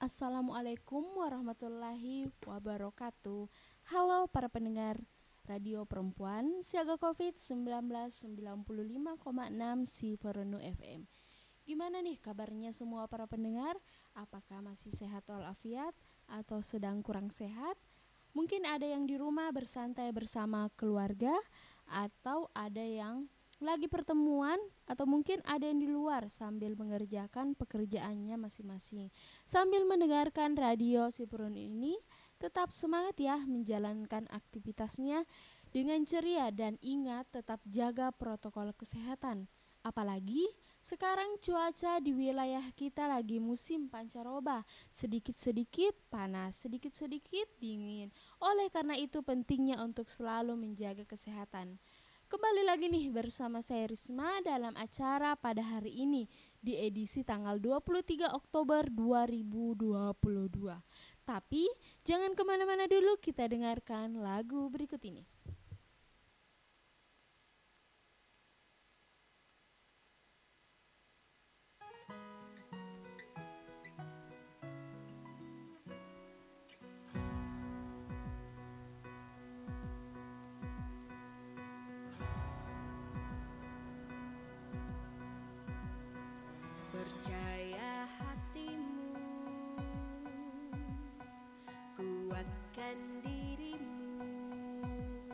Assalamualaikum warahmatullahi wabarakatuh. Halo para pendengar Radio Perempuan Siaga COVID-19 95,6 Siperenu FM. Gimana nih kabarnya semua para pendengar? Apakah masih sehat walafiat atau sedang kurang sehat? Mungkin ada yang di rumah bersantai bersama keluarga, atau ada yang lagi pertemuan, atau mungkin ada yang di luar sambil mengerjakan pekerjaannya masing-masing. Sambil mendengarkan radio Sipurun ini, tetap semangat ya menjalankan aktivitasnya dengan ceria dan ingat tetap jaga protokol kesehatan. Apalagi sekarang cuaca di wilayah kita lagi musim pancaroba, sedikit-sedikit panas, sedikit-sedikit dingin. Oleh karena itu pentingnya untuk selalu menjaga kesehatan. Kembali lagi nih bersama saya Risma dalam acara pada hari ini di edisi tanggal 23 Oktober 2022. Tapi jangan kemana-mana dulu, kita dengarkan lagu berikut ini. Percaya hatimu, kuatkan dirimu,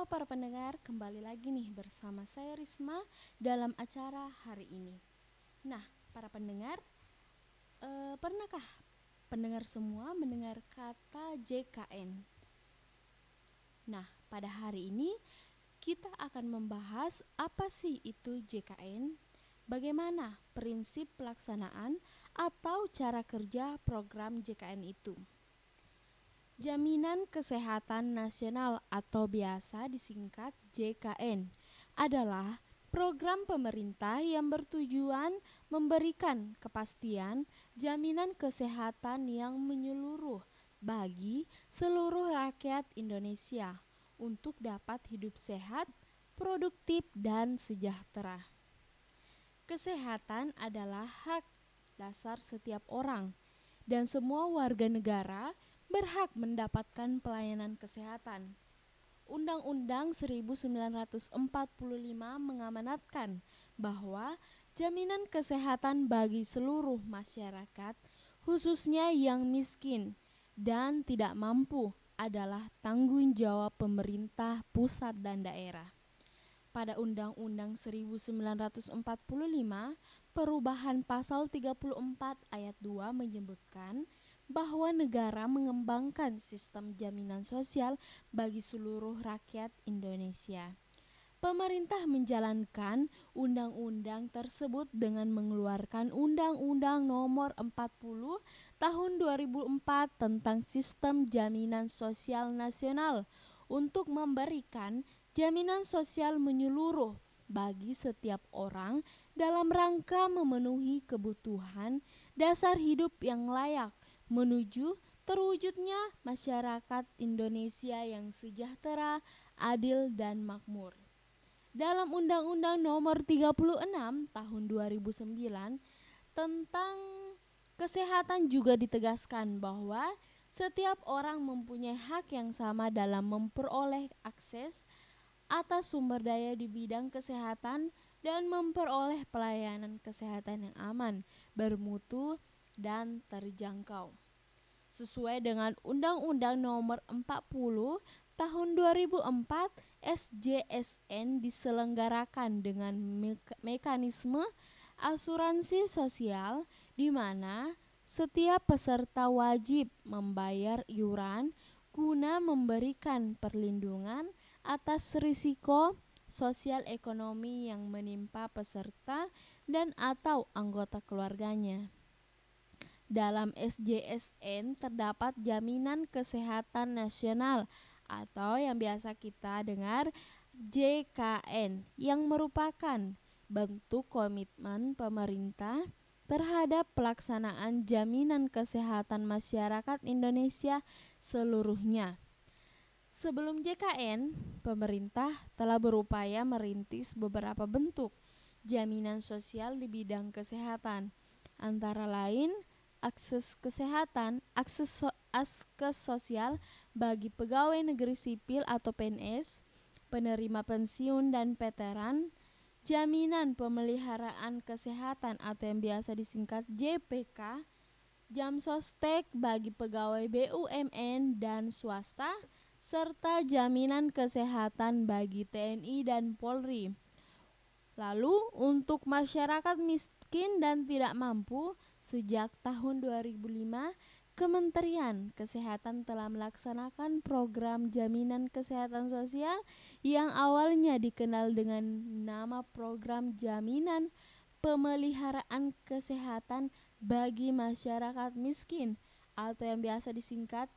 Halo para pendengar, kembali lagi nih bersama saya Risma dalam acara hari ini. Nah, para pendengar, pernahkah pendengar semua mendengar kata JKN? Nah, pada hari ini kita akan membahas apa sih itu JKN, bagaimana prinsip pelaksanaan atau cara kerja program JKN itu. Jaminan Kesehatan Nasional atau biasa disingkat JKN adalah program pemerintah yang bertujuan memberikan kepastian jaminan kesehatan yang menyeluruh bagi seluruh rakyat Indonesia untuk dapat hidup sehat, produktif, dan sejahtera. Kesehatan adalah hak dasar setiap orang dan semua warga negara berhak mendapatkan pelayanan kesehatan. Undang-Undang 1945 mengamanatkan bahwa jaminan kesehatan bagi seluruh masyarakat, khususnya yang miskin dan tidak mampu, adalah tanggung jawab pemerintah pusat dan daerah. Pada Undang-Undang 1945, perubahan pasal 34 ayat 2 menyebutkan bahwa negara mengembangkan sistem jaminan sosial bagi seluruh rakyat Indonesia. Pemerintah menjalankan undang-undang tersebut dengan mengeluarkan Undang-Undang Nomor 40 Tahun 2004 tentang Sistem Jaminan Sosial Nasional untuk memberikan jaminan sosial menyeluruh bagi setiap orang dalam rangka memenuhi kebutuhan dasar hidup yang layak menuju terwujudnya masyarakat Indonesia yang sejahtera, adil, dan makmur. Dalam Undang-Undang Nomor 36 Tahun 2009 tentang kesehatan juga ditegaskan bahwa setiap orang mempunyai hak yang sama dalam memperoleh akses atas sumber daya di bidang kesehatan dan memperoleh pelayanan kesehatan yang aman, bermutu, dan terjangkau. Sesuai dengan Undang-Undang Nomor 40 Tahun 2004, SJSN diselenggarakan dengan mekanisme asuransi sosial di mana setiap peserta wajib membayar iuran guna memberikan perlindungan atas risiko sosial ekonomi yang menimpa peserta dan atau anggota keluarganya. Dalam SJSN terdapat Jaminan Kesehatan Nasional atau yang biasa kita dengar JKN yang merupakan bentuk komitmen pemerintah terhadap pelaksanaan jaminan kesehatan masyarakat Indonesia seluruhnya. Sebelum JKN, pemerintah telah berupaya merintis beberapa bentuk jaminan sosial di bidang kesehatan, antara lain akses kesehatan, akses sosial bagi pegawai negeri sipil atau PNS, penerima pensiun dan veteran, jaminan pemeliharaan kesehatan atau yang biasa disingkat JPK, jam sostek bagi pegawai BUMN dan swasta, serta jaminan kesehatan bagi TNI dan Polri. Lalu untuk masyarakat miskin dan tidak mampu, sejak tahun 2005, Kementerian Kesehatan telah melaksanakan program jaminan kesehatan sosial yang awalnya dikenal dengan nama Program Jaminan Pemeliharaan Kesehatan bagi Masyarakat Miskin atau yang biasa disingkat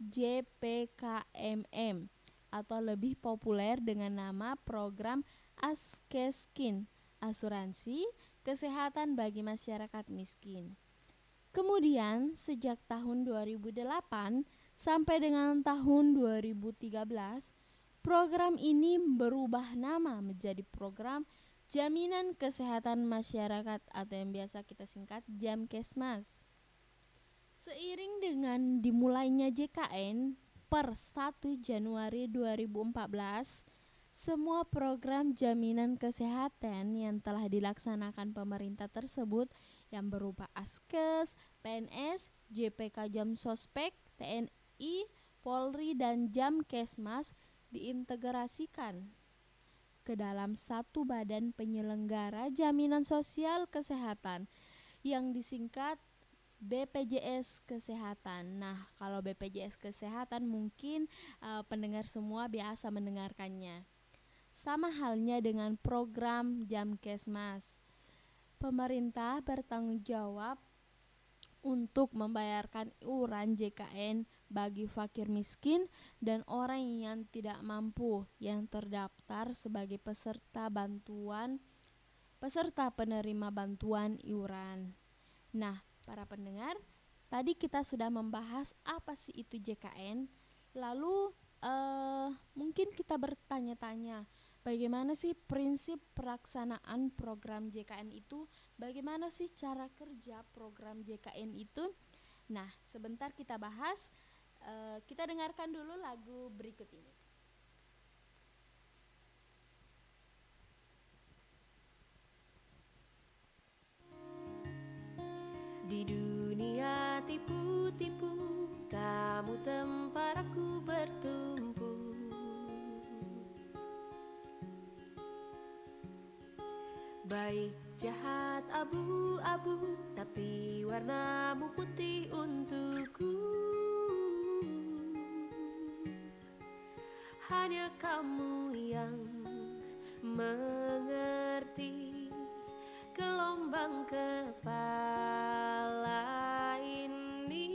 JPKMM atau lebih populer dengan nama Program Askeskin, Asuransi Kesehatan bagi Masyarakat Miskin. Kemudian sejak tahun 2008 sampai dengan tahun 2013, program ini berubah nama menjadi Program Jaminan Kesehatan Masyarakat atau yang biasa kita singkat Jamkesmas. Seiring dengan dimulainya JKN per 1 Januari 2014, semua program jaminan kesehatan yang telah dilaksanakan pemerintah tersebut yang berupa Askes, PNS, JPK Jam Sospek, TNI, Polri, dan Jamkesmas diintegrasikan ke dalam satu badan penyelenggara jaminan sosial kesehatan yang disingkat BPJS Kesehatan. Nah, kalau BPJS Kesehatan mungkin pendengar semua biasa mendengarkannya. Sama halnya dengan program Jamkesmas. Pemerintah bertanggung jawab untuk membayarkan iuran JKN bagi fakir miskin dan orang yang tidak mampu yang terdaftar sebagai peserta penerima bantuan iuran. Nah, para pendengar, tadi kita sudah membahas apa sih itu JKN. Lalu mungkin kita bertanya-tanya, bagaimana sih prinsip pelaksanaan program JKN itu? Bagaimana sih cara kerja program JKN itu? Nah, sebentar kita bahas. Kita dengarkan dulu lagu berikut ini. Di dunia tipu-tipu, kamu tempat aku bertumpu. Baik jahat abu-abu, tapi warnamu putih untukku. Hanya kamu yang mengerti gelombang kepala ini.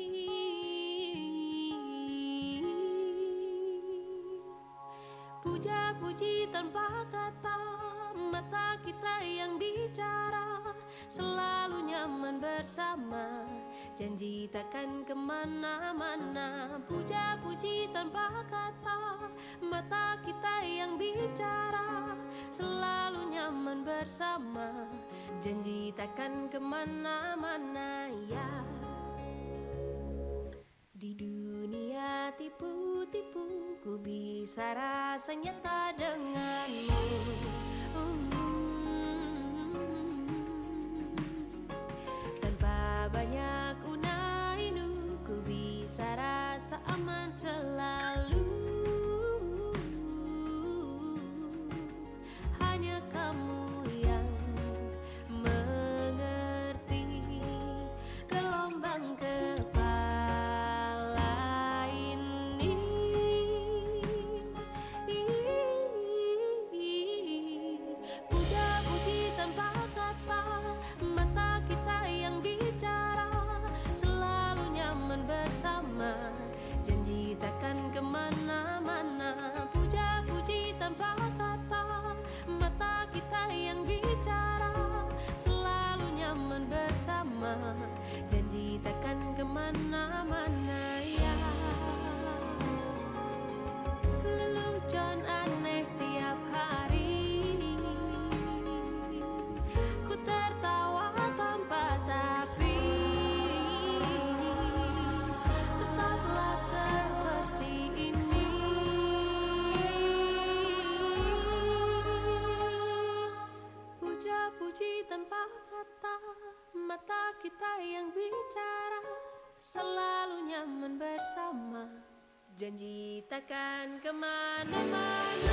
Puja-puji tanpa kata, mata kita yang bicara, selalu nyaman bersama, janji takkan kemana-mana. Puja-puji tanpa kata, mata kita yang bicara, selalu nyaman bersama, janji takkan kemana-mana ya. Di dunia tipu-tipu, ku bisa rasa nyata denganmu. Tanpa banyak unai-unu, ku bisa rasa aman selalu. Hanya kamu yang mengerti gelombang kepala ini. Puja-puji tanpa kata, mata kita yang bicara, selalu nyaman bersama, janji takkan kemana-mana. Puja-puji tanpa kata, mata kita yang bicara, selalu nyaman bersama, janji takkan kemana-mana ya. Lelucon aneh tiap hari, ku tertawa tanpa tapi, tetaplah seperti ini. Puja-puji tanpa kata, mata kita yang bicara, selalu nyaman bersama, janji takkan kemana-mana.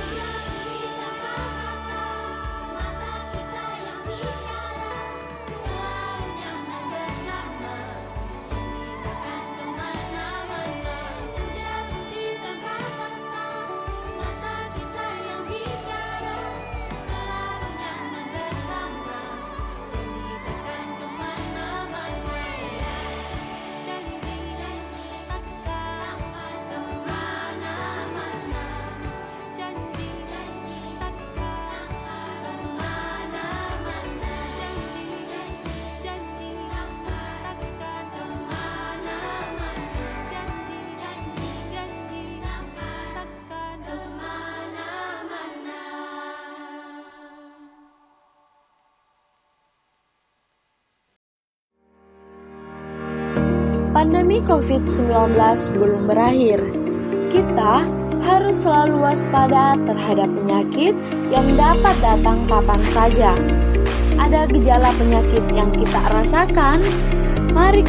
Pandemi COVID-19 belum berakhir. Kita harus selalu waspada terhadap penyakit yang dapat datang kapan saja. Ada gejala penyakit yang kita rasakan? Mari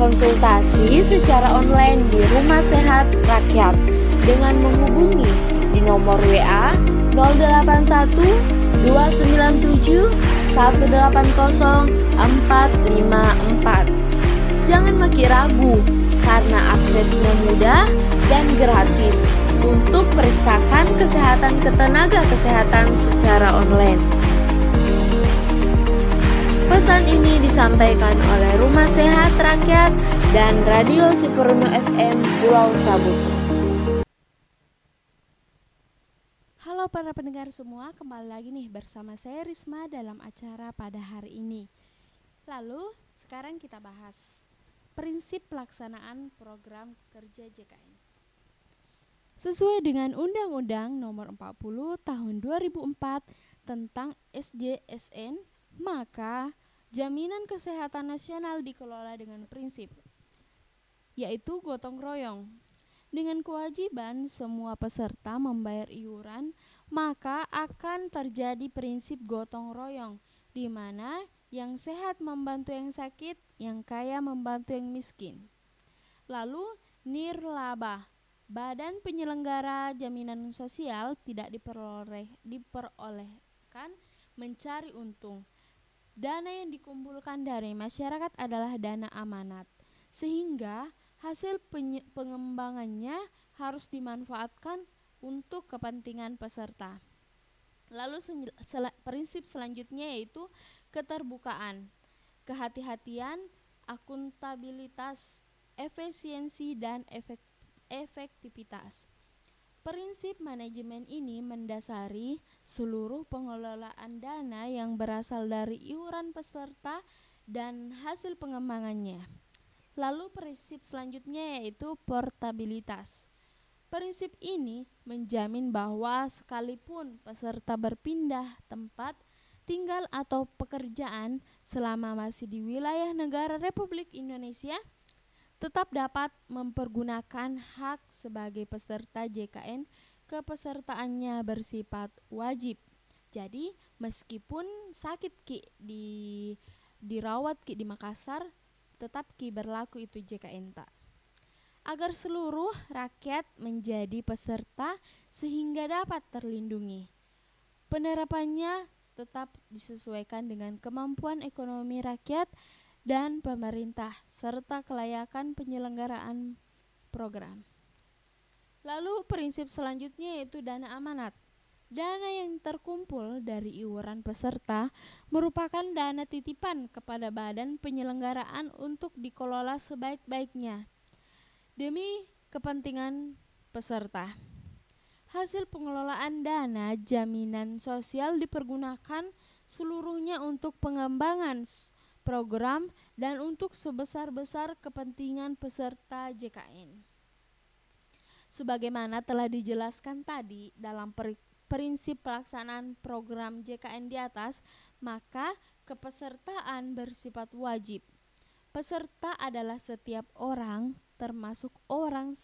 konsultasi secara online di Rumah Sehat Rakyat dengan menghubungi di nomor WA 081 297 180 454. Jangan makin ragu karena aksesnya mudah dan gratis untuk periksakan kesehatan ketenaga kesehatan secara online. Pesan ini disampaikan oleh Rumah Sehat Rakyat dan Radio Superno FM Pulau Sabut. Halo para pendengar semua, kembali lagi nih bersama saya Risma dalam acara pada hari ini. Lalu sekarang kita bahas prinsip pelaksanaan program kerja JKN. Sesuai dengan Undang-Undang Nomor 40 Tahun 2004 tentang SJSN, maka jaminan kesehatan nasional dikelola dengan prinsip, yaitu gotong royong. Dengan kewajiban semua peserta membayar iuran, maka akan terjadi prinsip gotong royong, di mana yang sehat membantu yang sakit, yang kaya membantu yang miskin. Lalu nirlaba, badan penyelenggara jaminan sosial tidak diperolehkan mencari untung. Dana yang dikumpulkan dari masyarakat adalah dana amanat, sehingga hasil pengembangannya harus dimanfaatkan untuk kepentingan peserta. Lalu prinsip selanjutnya yaitu keterbukaan, kehati-hatian, akuntabilitas, efisiensi, dan efektivitas. Prinsip manajemen ini mendasari seluruh pengelolaan dana yang berasal dari iuran peserta dan hasil pengembangannya. Lalu prinsip selanjutnya yaitu portabilitas. Prinsip ini menjamin bahwa sekalipun peserta berpindah tempat tinggal atau pekerjaan selama masih di wilayah negara Republik Indonesia, tetap dapat mempergunakan hak sebagai peserta JKN. Kepesertaannya bersifat wajib. Jadi meskipun sakit Ki dirawat Ki di Makassar, tetap Ki berlaku itu JKN tak. Agar seluruh rakyat menjadi peserta sehingga dapat terlindungi. Penerapannya tetap disesuaikan dengan kemampuan ekonomi rakyat dan pemerintah serta kelayakan penyelenggaraan program. Lalu prinsip selanjutnya yaitu dana amanat. Dana yang terkumpul dari iuran peserta merupakan dana titipan kepada badan penyelenggaraan untuk dikelola sebaik-baiknya demi kepentingan peserta. Hasil pengelolaan dana jaminan sosial dipergunakan seluruhnya untuk pengembangan program dan untuk sebesar-besar kepentingan peserta JKN. Sebagaimana telah dijelaskan tadi dalam prinsip pelaksanaan program JKN di atas, maka kepesertaan bersifat wajib. Peserta adalah setiap orang, termasuk orang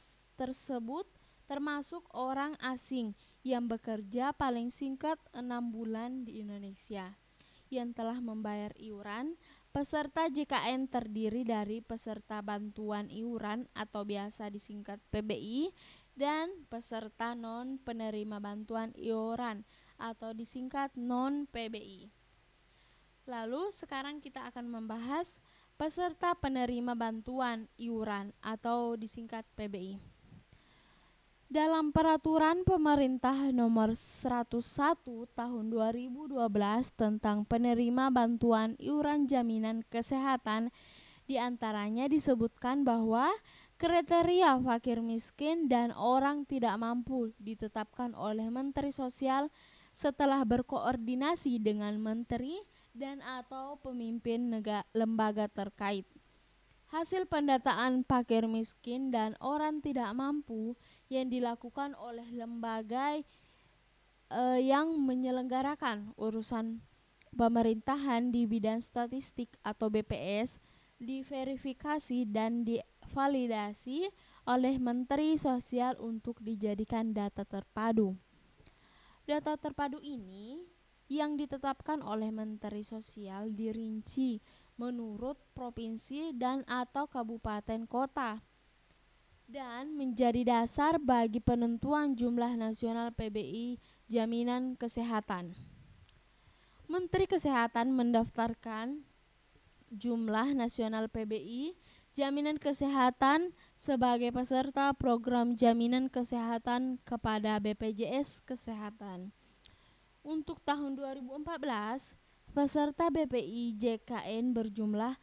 asing yang bekerja paling singkat 6 bulan di Indonesia, yang telah membayar iuran. Peserta JKN terdiri dari peserta bantuan iuran atau biasa disingkat PBI dan peserta non penerima bantuan iuran atau disingkat non PBI. Lalu sekarang kita akan membahas peserta penerima bantuan iuran atau disingkat PBI. Dalam Peraturan Pemerintah Nomor 101 Tahun 2012 tentang penerima bantuan iuran jaminan kesehatan, diantaranya disebutkan bahwa kriteria fakir miskin dan orang tidak mampu ditetapkan oleh Menteri Sosial setelah berkoordinasi dengan Menteri dan atau pemimpin lembaga terkait. Hasil pendataan fakir miskin dan orang tidak mampu yang dilakukan oleh lembaga yang menyelenggarakan urusan pemerintahan di bidang statistik atau BPS diverifikasi dan divalidasi oleh Menteri Sosial untuk dijadikan data terpadu. Data terpadu ini yang ditetapkan oleh Menteri Sosial dirinci menurut provinsi dan atau kabupaten kota. dan menjadi dasar bagi penentuan jumlah nasional PBI jaminan kesehatan. Menteri Kesehatan mendaftarkan jumlah nasional PBI jaminan kesehatan sebagai peserta program jaminan kesehatan kepada BPJS Kesehatan. Untuk tahun 2014, peserta BPI JKN berjumlah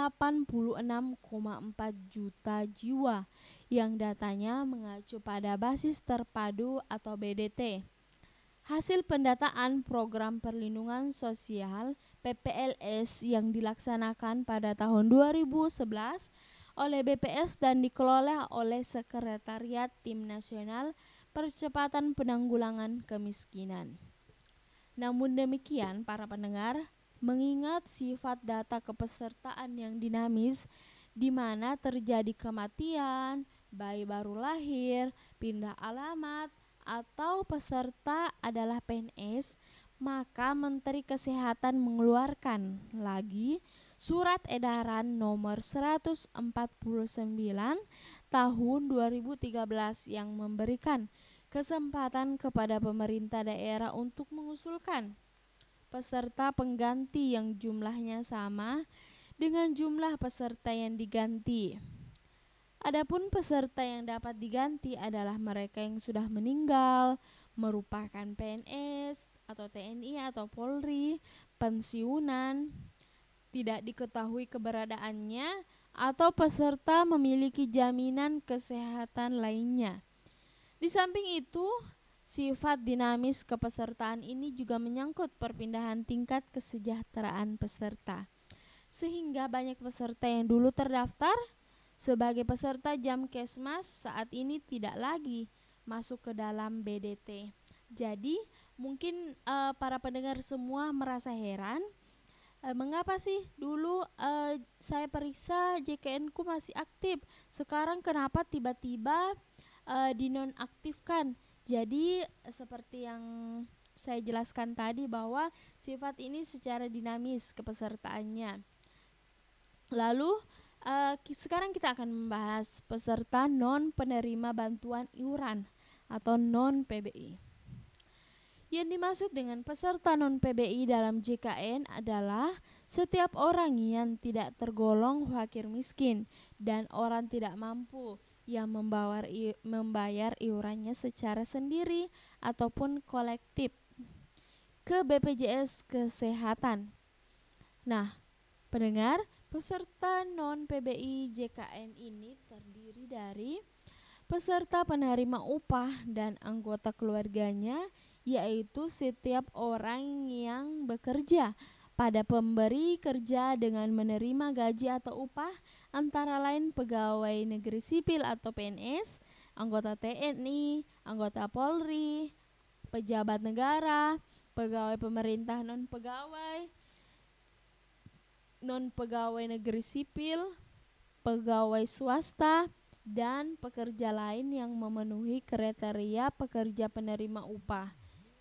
86,4 juta jiwa yang datanya mengacu pada basis terpadu atau BDT. Hasil pendataan Program Perlindungan Sosial PPLS yang dilaksanakan pada tahun 2011 oleh BPS dan dikelola oleh Sekretariat Tim Nasional Percepatan Penanggulangan Kemiskinan. Namun demikian, para pendengar, mengingat sifat data kepesertaan yang dinamis, di mana terjadi kematian, bayi baru lahir, pindah alamat, atau peserta adalah PNS, maka Menteri Kesehatan mengeluarkan lagi Surat Edaran Nomor 149 Tahun 2013 yang memberikan kesempatan kepada pemerintah daerah untuk mengusulkan peserta pengganti yang jumlahnya sama dengan jumlah peserta yang diganti. Adapun peserta yang dapat diganti adalah mereka yang sudah meninggal, merupakan PNS atau TNI atau Polri, pensiunan, tidak diketahui keberadaannya, atau peserta memiliki jaminan kesehatan lainnya. Di samping itu, sifat dinamis kepesertaan ini juga menyangkut perpindahan tingkat kesejahteraan peserta. Sehingga banyak peserta yang dulu terdaftar sebagai peserta Jamkesmas saat ini tidak lagi masuk ke dalam BDT. Jadi mungkin para pendengar semua merasa heran, mengapa sih dulu saya periksa JKN ku masih aktif, sekarang kenapa tiba-tiba dinonaktifkan. Jadi seperti yang saya jelaskan tadi bahwa sifat ini secara dinamis kepesertaannya. Lalu sekarang kita akan membahas peserta non penerima bantuan iuran atau non PBI. Yang dimaksud dengan peserta non PBI dalam JKN adalah setiap orang yang tidak tergolong fakir miskin dan orang tidak mampu yang membayar iurannya secara sendiri ataupun kolektif ke BPJS Kesehatan. Nah, pendengar, peserta non-PBI JKN ini terdiri dari peserta penerima upah dan anggota keluarganya, yaitu setiap orang yang bekerja pada pemberi kerja dengan menerima gaji atau upah, antara lain pegawai negeri sipil atau PNS, anggota TNI, anggota Polri, pejabat negara, pegawai pemerintah non-pegawai negeri sipil, pegawai swasta, dan pekerja lain yang memenuhi kriteria pekerja penerima upah.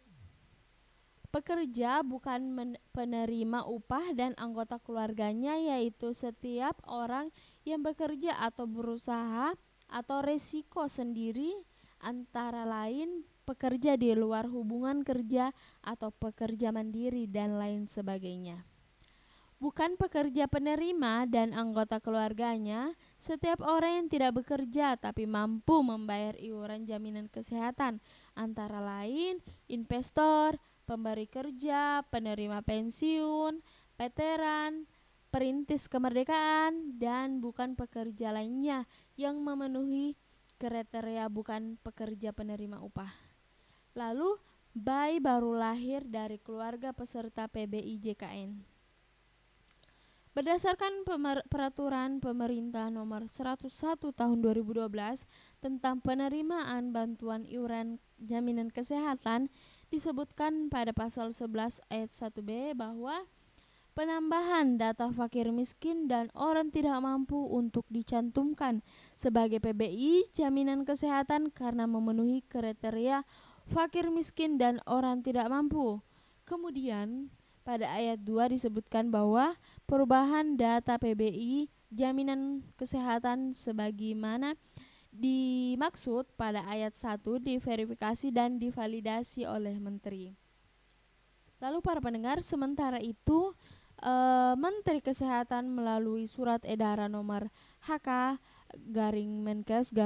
Pekerja bukan penerima upah dan anggota keluarganya, yaitu setiap orang yang bekerja atau berusaha atau resiko sendiri, antara lain pekerja di luar hubungan kerja atau pekerja mandiri dan lain sebagainya. Bukan pekerja penerima dan anggota keluarganya, setiap orang yang tidak bekerja tapi mampu membayar iuran jaminan kesehatan, antara lain investor, pemberi kerja, penerima pensiun, veteran, perintis kemerdekaan, dan bukan pekerja lainnya yang memenuhi kriteria bukan pekerja penerima upah. Lalu, bayi baru lahir dari keluarga peserta PBI JKN. Berdasarkan peraturan pemerintah nomor 101 tahun 2012 tentang penerimaan bantuan iuran jaminan kesehatan, disebutkan pada pasal 11 ayat 1B bahwa penambahan data fakir miskin dan orang tidak mampu untuk dicantumkan sebagai PBI jaminan kesehatan karena memenuhi kriteria fakir miskin dan orang tidak mampu. Kemudian pada ayat 2 disebutkan bahwa perubahan data PBI jaminan kesehatan sebagaimana dimaksud pada ayat 1 diverifikasi dan divalidasi oleh menteri. Lalu para pendengar, sementara itu Menteri Kesehatan melalui surat edaran nomor HK Menkes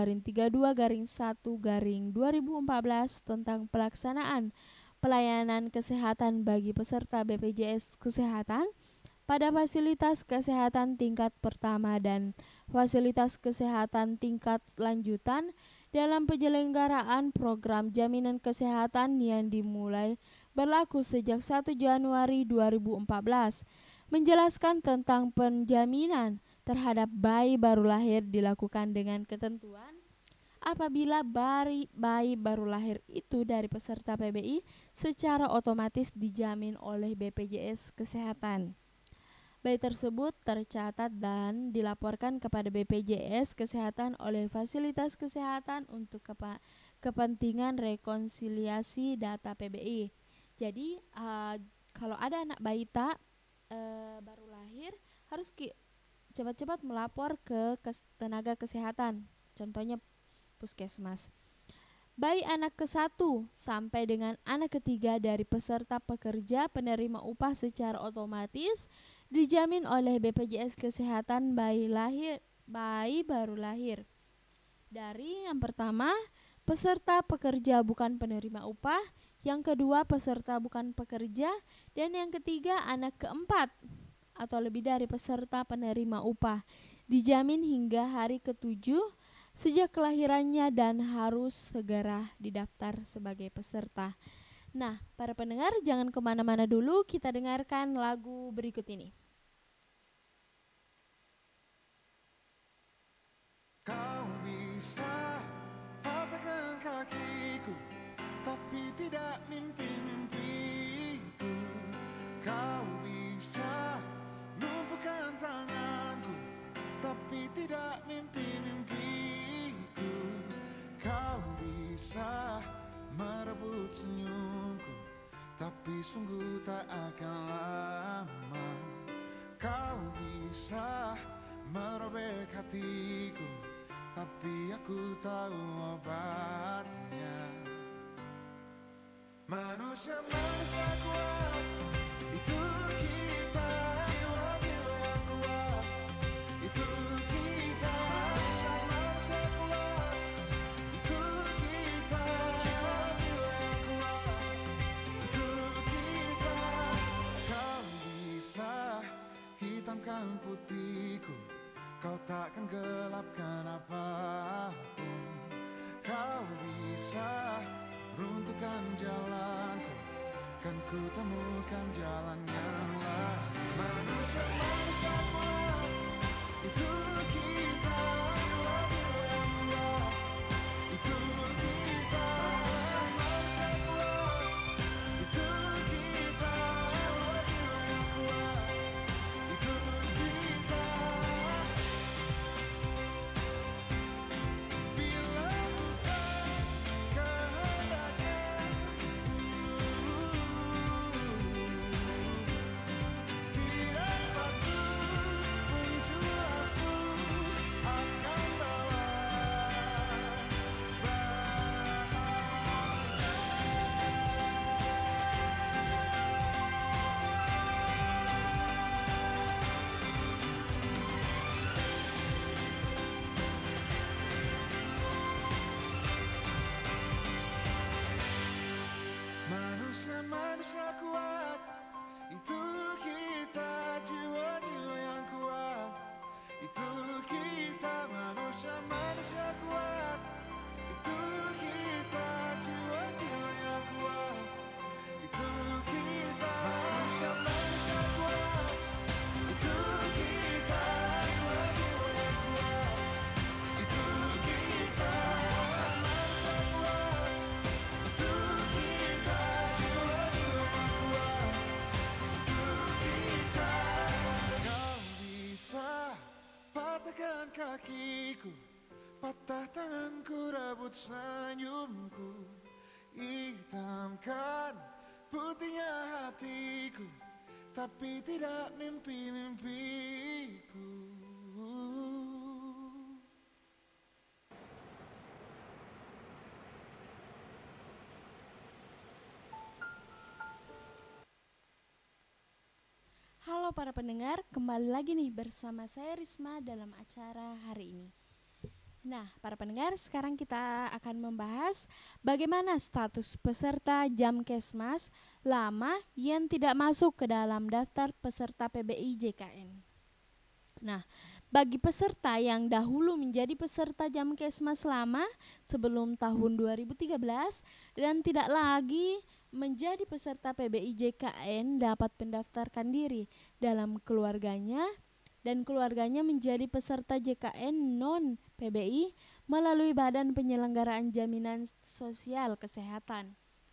32-1/2014 tentang pelaksanaan pelayanan kesehatan bagi peserta BPJS Kesehatan pada fasilitas kesehatan tingkat pertama dan fasilitas kesehatan tingkat lanjutan dalam penyelenggaraan program jaminan kesehatan yang dimulai berlaku sejak 1 Januari 2014, menjelaskan tentang penjaminan terhadap bayi baru lahir dilakukan dengan ketentuan apabila bayi baru lahir itu dari peserta PBI secara otomatis dijamin oleh BPJS Kesehatan. Bayi tersebut tercatat dan dilaporkan kepada BPJS Kesehatan oleh fasilitas kesehatan untuk kepentingan rekonsiliasi data PBI. Jadi kalau ada anak bayi baru lahir harus cepat-cepat melapor ke tenaga kesehatan, contohnya puskesmas. Bayi anak ke-1 sampai dengan anak ketiga dari peserta pekerja penerima upah secara otomatis dijamin oleh BPJS Kesehatan bayi baru lahir. Dari yang pertama, peserta pekerja bukan penerima upah, yang kedua peserta bukan pekerja, dan yang ketiga anak keempat atau lebih dari peserta penerima upah dijamin hingga hari ke-7 sejak kelahirannya dan harus segera didaftar sebagai peserta. Nah, para pendengar jangan kemana-mana dulu, kita dengarkan lagu berikut ini. Kau bisa patahkan kakiku, tapi tidak mimpi-mimpiku. Kau bisa lumpuhkan tanganku, tapi tidak mimpi-mimpiku. Kau bisa merebut senyumku, tapi sungguh tak akan lama. Kau bisa merobek hatiku, tapi aku tahu obatnya. Manusia kuat, itu kita. Jiwa-jiwa yang kuat, itu kita. Manusia kuat, itu kita. Jiwa-jiwa yang kuat, itu kita. Kau bisa hitamkan putihku, kau takkan gelapkan apapun. Kau bisa runtuhkan jalanku, kan ku temukan jalan yang lain. Manusia kuat, itu kita. Jiwa-jiwa yang kuat, itu kita. Manusia kuat, itu kita. Jiwa-jiwa yang kuat, itu kita. Bila bukan kehendaknya, tidak satu pun jelasmu akan bawa manusia kuat, itu kita. Jiwa-jiwa yang kuat, itu kita. Manusia kuat, itu kita. Jiwa-jiwa yang kuat, itu kita. Manusia kuat, itu kita. Jiwa-jiwa yang kuat, itu kita. Manusia kuat, itu kita. Jiwa-jiwa yang kuat, itu kita. Kau bisa patahkan kakiku, patah tanganku, rebut senyumku, hitamkan putihnya hatiku, tapi tidak mimpi-mimpiku. Halo para pendengar, kembali lagi nih bersama saya Risma dalam acara hari ini. Nah, para pendengar, sekarang kita akan membahas bagaimana status peserta Jamkesmas lama yang tidak masuk ke dalam daftar peserta PBI JKN. Nah, bagi peserta yang dahulu menjadi peserta Jamkesmas lama sebelum tahun 2013 dan tidak lagi menjadi peserta PBI JKN dapat mendaftarkan diri dalam keluarganya dan keluarganya menjadi peserta JKN non PBI melalui Badan Penyelenggaraan Jaminan Sosial Kesehatan.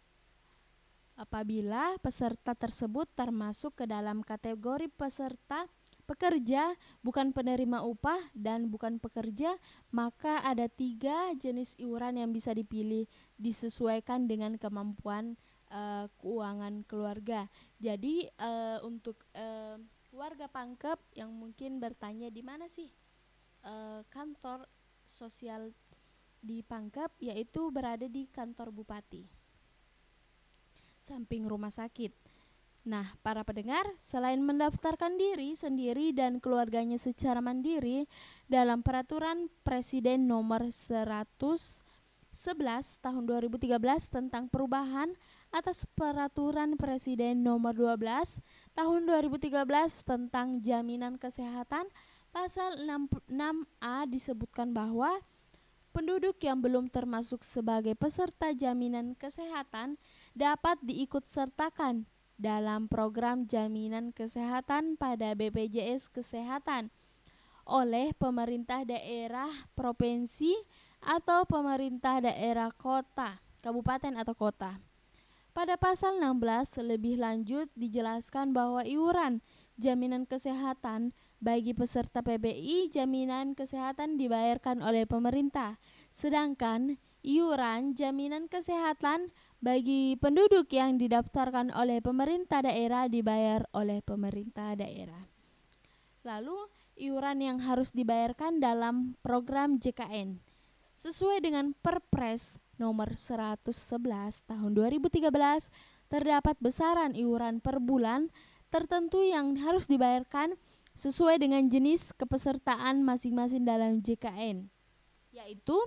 Apabila peserta tersebut termasuk ke dalam kategori peserta pekerja, bukan penerima upah, dan bukan pekerja, maka ada 3 jenis iuran yang bisa dipilih disesuaikan dengan kemampuan keuangan keluarga. Jadi untuk warga Pangkep yang mungkin bertanya di mana sih kantor sosial di Pangkep, yaitu berada di kantor bupati, samping rumah sakit. Nah, para pendengar, selain mendaftarkan diri sendiri dan keluarganya secara mandiri dalam Peraturan Presiden Nomor 111 Tahun 2013 tentang perubahan atas Peraturan Presiden Nomor 12 Tahun 2013 tentang Jaminan Kesehatan, Pasal 66A disebutkan bahwa penduduk yang belum termasuk sebagai peserta jaminan kesehatan dapat diikutsertakan dalam program jaminan kesehatan pada BPJS Kesehatan oleh pemerintah daerah provinsi atau pemerintah daerah kota, kabupaten atau kota. Pada pasal 16 lebih lanjut dijelaskan bahwa iuran jaminan kesehatan bagi peserta PBI jaminan kesehatan dibayarkan oleh pemerintah, sedangkan iuran jaminan kesehatan bagi penduduk yang didaftarkan oleh pemerintah daerah dibayar oleh pemerintah daerah. Lalu, iuran yang harus dibayarkan dalam program JKN sesuai dengan Perpres Nomor 111 Tahun 2013 terdapat besaran iuran per bulan tertentu yang harus dibayarkan sesuai dengan jenis kepesertaan masing-masing dalam JKN, yaitu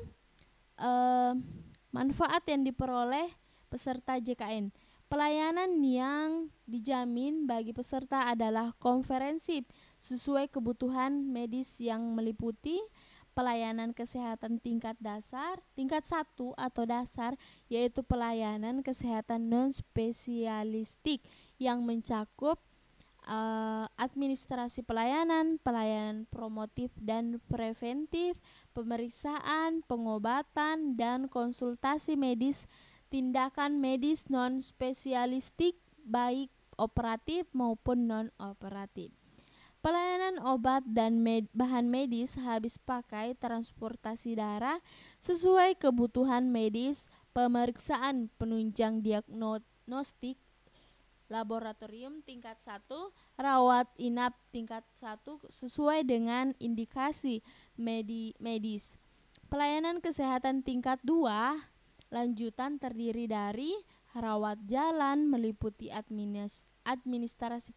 manfaat yang diperoleh peserta JKN. Pelayanan yang dijamin bagi peserta adalah komprehensif sesuai kebutuhan medis yang meliputi pelayanan kesehatan tingkat dasar, tingkat 1 atau dasar, yaitu pelayanan kesehatan non spesialistik yang mencakup administrasi pelayanan, pelayanan promotif dan preventif, pemeriksaan, pengobatan, dan konsultasi medis, tindakan medis non spesialistik baik operatif maupun non operatif, pelayanan obat dan bahan medis habis pakai, transportasi darah sesuai kebutuhan medis, pemeriksaan penunjang diagnostik laboratorium tingkat 1, rawat inap tingkat 1 sesuai dengan indikasi medis. Pelayanan kesehatan tingkat 2 lanjutan terdiri dari rawat jalan meliputi administrasi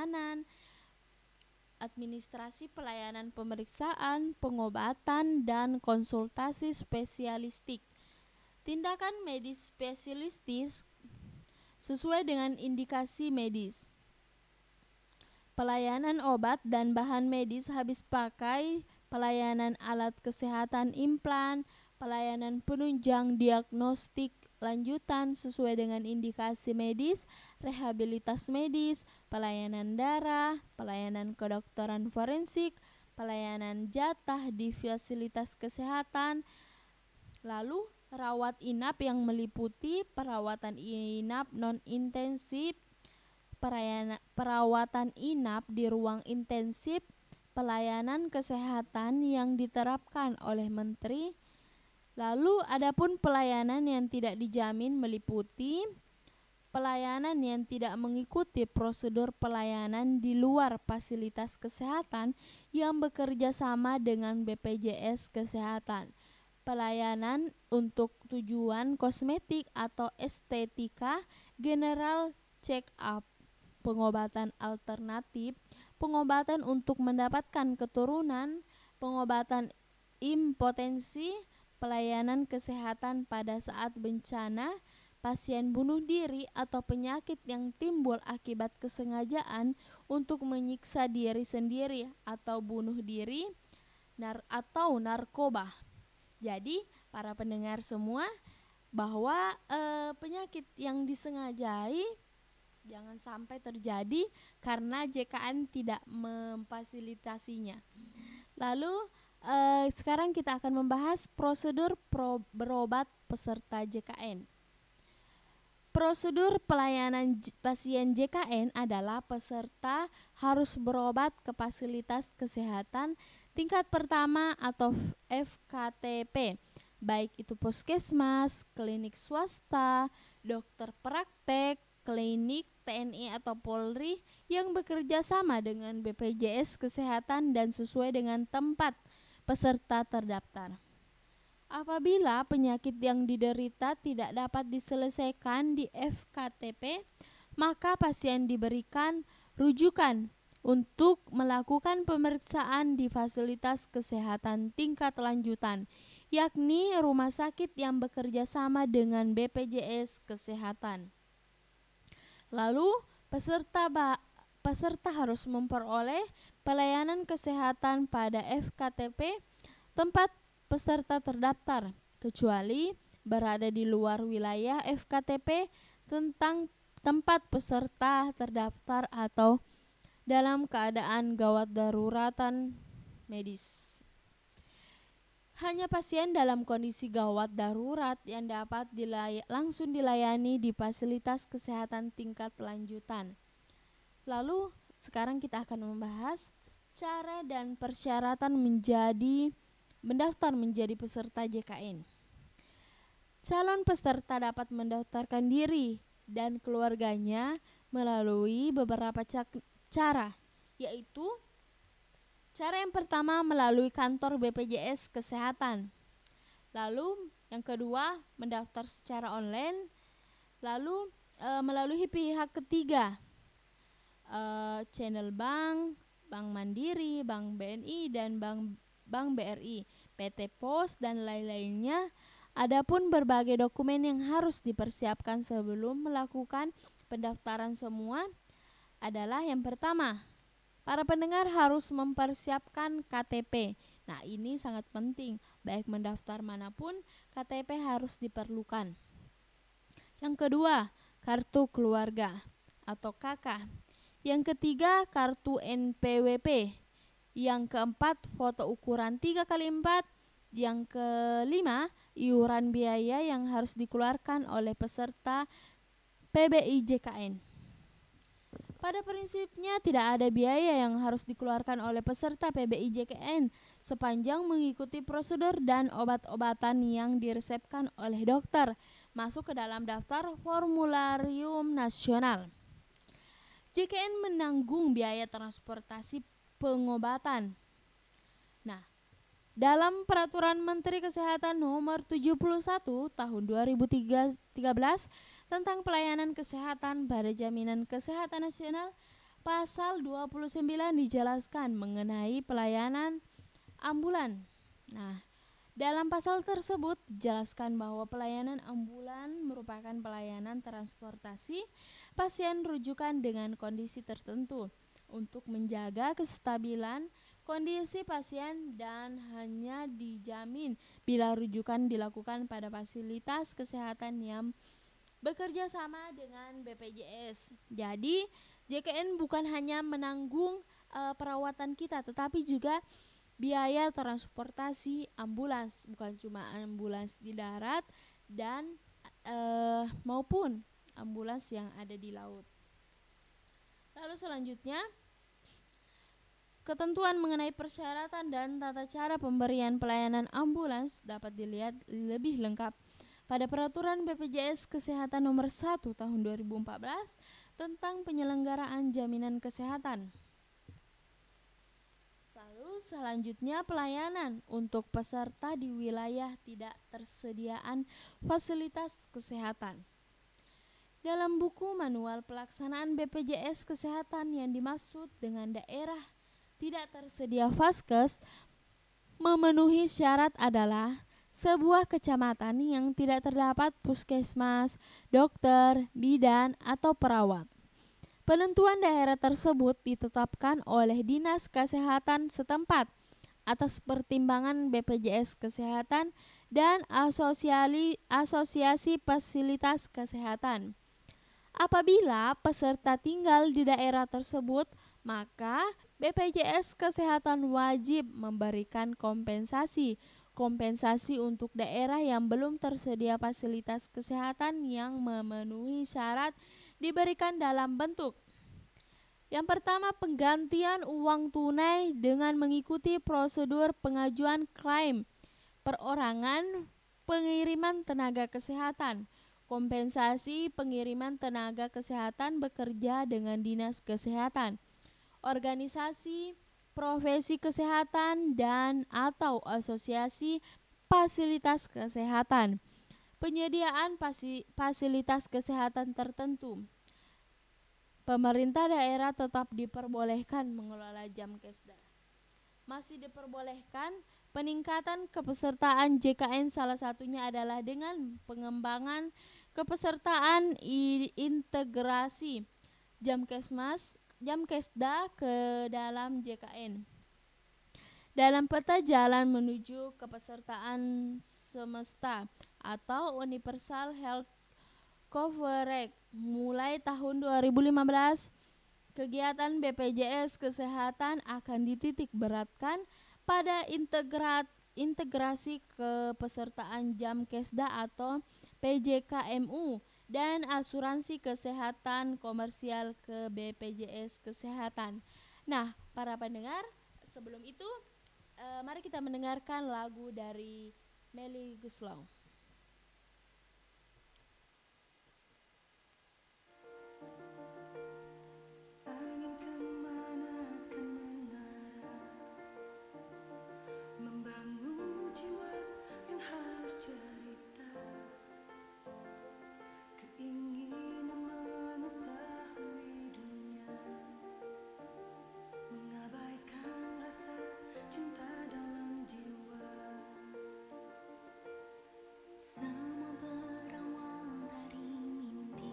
pelayanan pemeriksaan, pengobatan, dan konsultasi spesialistik. Tindakan medis spesialistis sesuai dengan indikasi medis. Pelayanan obat dan bahan medis habis pakai, pelayanan alat kesehatan implan, pelayanan penunjang diagnostik lanjutan sesuai dengan indikasi medis, rehabilitas medis, pelayanan darah, pelayanan kedokteran forensik, pelayanan jatah di fasilitas kesehatan. Lalu rawat inap yang meliputi perawatan inap non-intensif, perawatan inap di ruang intensif, pelayanan kesehatan yang diterapkan oleh Menteri. Lalu adapun pelayanan yang tidak dijamin meliputi pelayanan yang tidak mengikuti prosedur pelayanan di luar fasilitas kesehatan yang bekerja sama dengan BPJS Kesehatan, pelayanan untuk tujuan kosmetik atau estetika, general check up, pengobatan alternatif, pengobatan untuk mendapatkan keturunan, pengobatan impotensi, pelayanan kesehatan pada saat bencana, pasien bunuh diri atau penyakit yang timbul akibat kesengajaan untuk menyiksa diri sendiri atau bunuh diri, atau narkoba. Jadi para pendengar semua, bahwa penyakit yang disengajai jangan sampai terjadi karena JKN tidak memfasilitasinya. Lalu sekarang kita akan membahas prosedur berobat peserta JKN. Prosedur pelayanan pasien JKN adalah peserta harus berobat ke fasilitas kesehatan tingkat pertama atau FKTP, baik itu puskesmas, klinik swasta, dokter praktek, klinik TNI atau Polri yang bekerja sama dengan BPJS Kesehatan dan sesuai dengan tempat peserta terdaftar. Apabila penyakit yang diderita tidak dapat diselesaikan di FKTP, maka pasien diberikan rujukan untuk melakukan pemeriksaan di fasilitas kesehatan tingkat lanjutan, yakni rumah sakit yang bekerja sama dengan BPJS Kesehatan. Lalu peserta harus memperoleh pelayanan kesehatan pada FKTP tempat peserta terdaftar, kecuali berada di luar wilayah FKTP tentang tempat peserta terdaftar atau dalam keadaan gawat daruratan medis. Hanya pasien dalam kondisi gawat darurat yang dapat langsung dilayani di fasilitas kesehatan tingkat lanjutan. Lalu sekarang kita akan membahas cara dan persyaratan mendaftar menjadi peserta JKN. Calon peserta dapat mendaftarkan diri dan keluarganya melalui beberapa cara, yaitu cara yang pertama melalui kantor BPJS Kesehatan. Lalu yang kedua mendaftar secara online. Lalu melalui pihak ketiga, channel bank, Bank Mandiri, Bank BNI dan Bank BRI, PT Pos dan lain-lainnya. Adapun berbagai dokumen yang harus dipersiapkan sebelum melakukan pendaftaran semua adalah yang pertama, para pendengar harus mempersiapkan KTP. Nah, ini sangat penting, baik mendaftar manapun KTP harus diperlukan. Yang kedua, kartu keluarga atau KK. Yang ketiga, kartu NPWP. Yang keempat, foto ukuran 3x4. Yang kelima, iuran biaya yang harus dikeluarkan oleh peserta PBI JKN. Pada prinsipnya tidak ada biaya yang harus dikeluarkan oleh peserta PBI JKN sepanjang mengikuti prosedur dan obat-obatan yang diresepkan oleh dokter masuk ke dalam daftar formularium nasional. JKN menanggung biaya transportasi pengobatan. Nah, dalam Peraturan Menteri Kesehatan Nomor 71 Tahun 2013 tentang pelayanan kesehatan pada Jaminan Kesehatan Nasional, Pasal 29 dijelaskan mengenai pelayanan ambulan. Nah, dalam pasal tersebut dijelaskan bahwa pelayanan ambulan merupakan pelayanan transportasi pasien rujukan dengan kondisi tertentu untuk menjaga kestabilan kondisi pasien dan hanya dijamin bila rujukan dilakukan pada fasilitas kesehatan yang bekerja sama dengan BPJS. Jadi JKN bukan hanya menanggung perawatan kita, tetapi juga biaya transportasi ambulans, bukan cuma ambulans di darat dan maupun ambulans yang ada di laut. Lalu selanjutnya, ketentuan mengenai persyaratan dan tata cara pemberian pelayanan ambulans dapat dilihat lebih lengkap pada Peraturan BPJS Kesehatan Nomor 1 Tahun 2014 tentang penyelenggaraan jaminan kesehatan. Lalu selanjutnya, pelayanan untuk peserta di wilayah tidak tersediaan fasilitas kesehatan. Dalam buku manual pelaksanaan BPJS Kesehatan yang dimaksud dengan daerah tidak tersedia vaskes memenuhi syarat adalah sebuah kecamatan yang tidak terdapat puskesmas, dokter, bidan, atau perawat. Penentuan daerah tersebut ditetapkan oleh Dinas Kesehatan setempat atas pertimbangan BPJS Kesehatan dan Asosiasi Fasilitas Kesehatan. Apabila peserta tinggal di daerah tersebut, maka BPJS Kesehatan wajib memberikan kompensasi untuk daerah yang belum tersedia fasilitas kesehatan yang memenuhi syarat diberikan dalam bentuk. Yang pertama, penggantian uang tunai dengan mengikuti prosedur pengajuan klaim perorangan pengiriman tenaga kesehatan. Kompensasi pengiriman tenaga kesehatan bekerja dengan Dinas Kesehatan, organisasi profesi kesehatan dan atau asosiasi fasilitas kesehatan. Penyediaan fasilitas kesehatan tertentu. Pemerintah daerah tetap diperbolehkan mengelola Jamkesda. Masih diperbolehkan peningkatan kepesertaan JKN, salah satunya adalah dengan pengembangan kepesertaan integrasi Jamkesda ke dalam JKN. Dalam peta jalan menuju kepesertaan semesta atau Universal Health Coverage mulai tahun 2015, kegiatan BPJS Kesehatan akan dititik beratkan pada integrasi kepesertaan Jamkesda atau PJKMU dan asuransi kesehatan komersial ke BPJS Kesehatan. Nah, para pendengar, sebelum itu mari kita mendengarkan lagu dari Melly Goeslaw. Angin kemana akan mengarah, membangun jiwa yang harus cerita, keinginan mengetahui dunia, mengabaikan rasa cinta dalam jiwa. Semua berawal dari mimpi,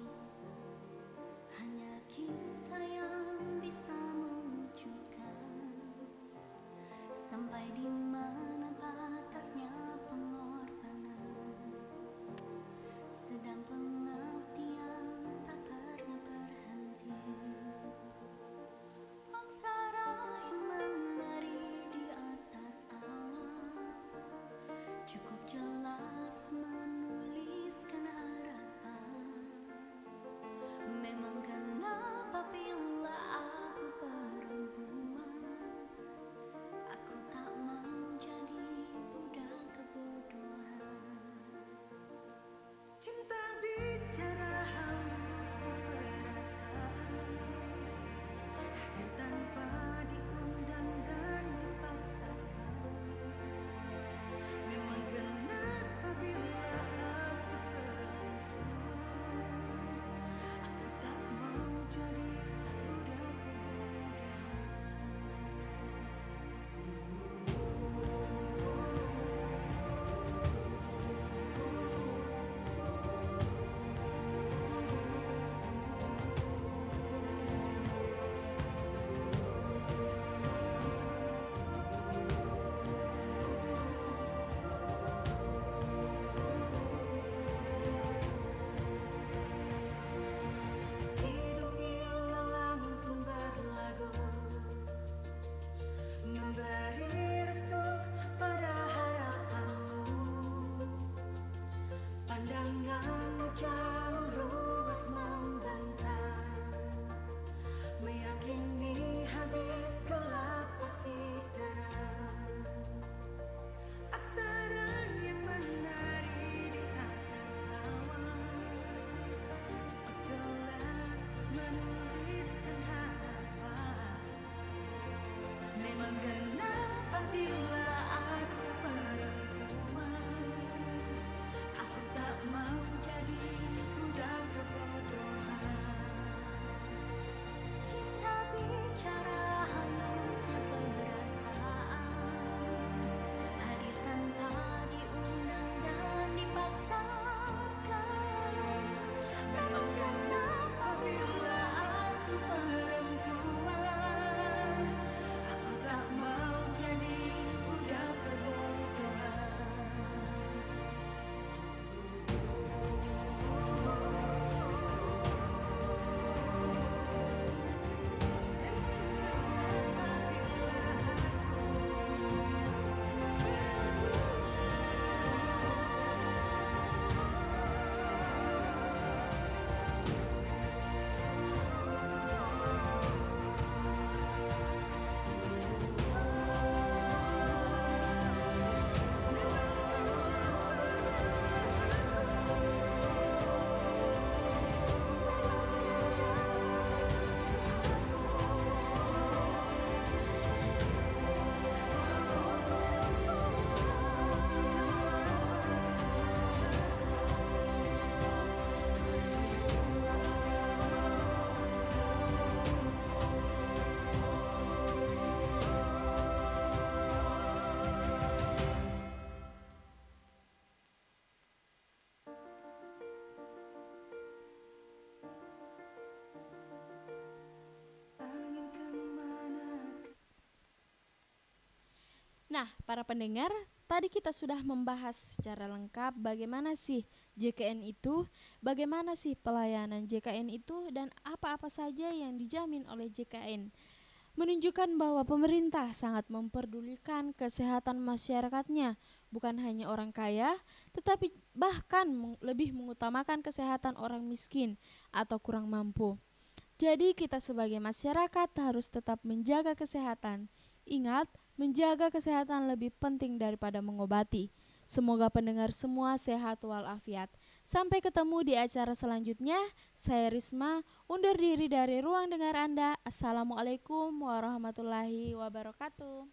hanya kita yang bisa mewujudkan. Sampai di mana batasnya pengorbanan, sedang pengabdian tak pernah berhenti. Aksara yang menari di atas awan, cukup jelas menuliskan harapan. Memang kenapa bila aku perempuan, aku tak mau jadi budak kebodohan. Cinta bicara halus yang perasaan, hadir tanpa diundang dan dipaksakan. Memang kenapa bila aku perempuan, aku tak mau jadi budak kebodohan. Hidup ialah pun berlagu, memberi restu pada harapanmu. Pandanganmu jauh luas membentang, meyakini habis gelap pasti terang. Aksara yang menari di atas awan, jelas menuliskan harapan. Memang kenapa bila aku perempuan, aku tak mau jadi budak kebodohan. Nah, para pendengar, tadi kita sudah membahas secara lengkap bagaimana sih JKN itu, bagaimana sih pelayanan JKN itu, dan apa-apa saja yang dijamin oleh JKN. Menunjukkan bahwa pemerintah sangat memperdulikan kesehatan masyarakatnya, bukan hanya orang kaya, tetapi bahkan lebih mengutamakan kesehatan orang miskin atau kurang mampu. Jadi kita sebagai masyarakat harus tetap menjaga kesehatan. Ingat, menjaga kesehatan lebih penting daripada mengobati. Semoga pendengar semua sehat walafiat. Sampai ketemu di acara selanjutnya. Saya Risma, undur diri dari ruang dengar Anda. Assalamualaikum warahmatullahi wabarakatuh.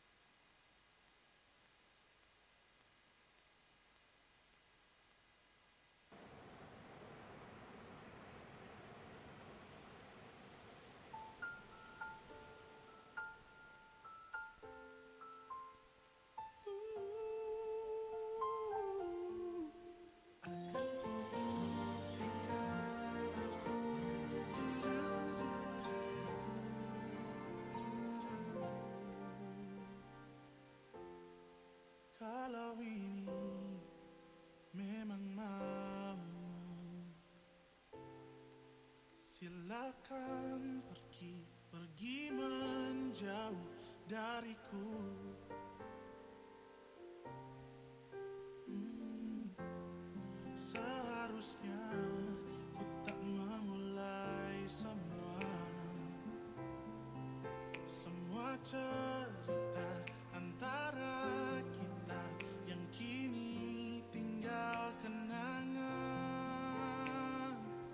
Kalau ini memang mau, silakan pergi menjauh dariku. Seharusnya ku tak memulai semua cerita antara kita yang kini tinggal kenangan.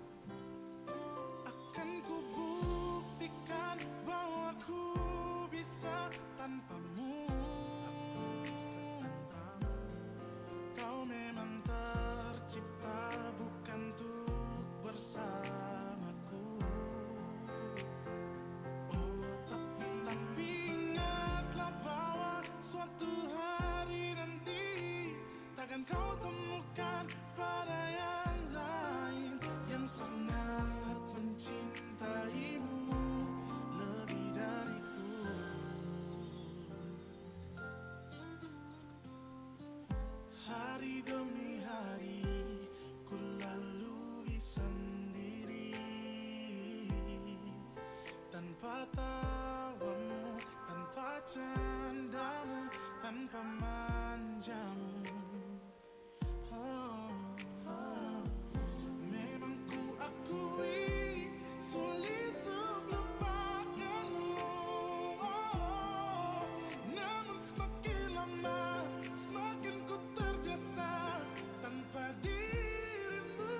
Akan ku buktikan bahwa ku bisa tanpamu. Kau memang tercipta bukan untuk bersamaku. Tapi ingatlah bahwa suatu hari nanti takkan kau temukan pada yang lain yang sangat mencintaimu lebih dariku. Hari demi hari ku lalui sendiri tanpa tawamu, tanpa candamu, tanpa manjamu. Memang ku akui sulit untuk lupakanmu. Namun semakin lama semakin ku terbiasa tanpa dirimu.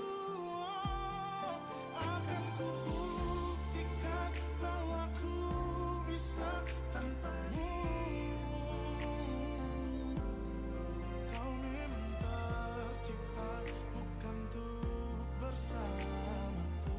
Akan ku buktikan bahwa ku bisa tanpamu. Kau memang tercipta bukan untuk bersamaku.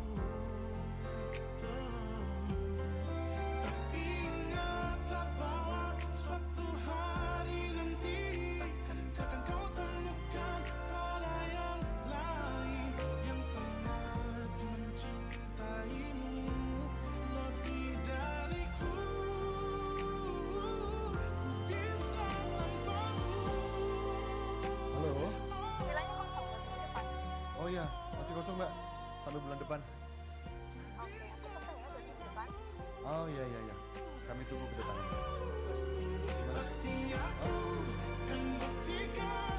Tapi ingatlah bahwa suatu hari nanti takkan kau temukan pada yang lain yang sangat mencintaimu lebih dariku. Ku bisa tanpamu. Halo? Bilangnya kosong buat minggu depan. Oh iya, masih kosong mbak, sampai bulan depan. Oke, aku pesen ya buat minggu depan. Oh iya, kami tunggu ke depan. Pasti aku kan buktikan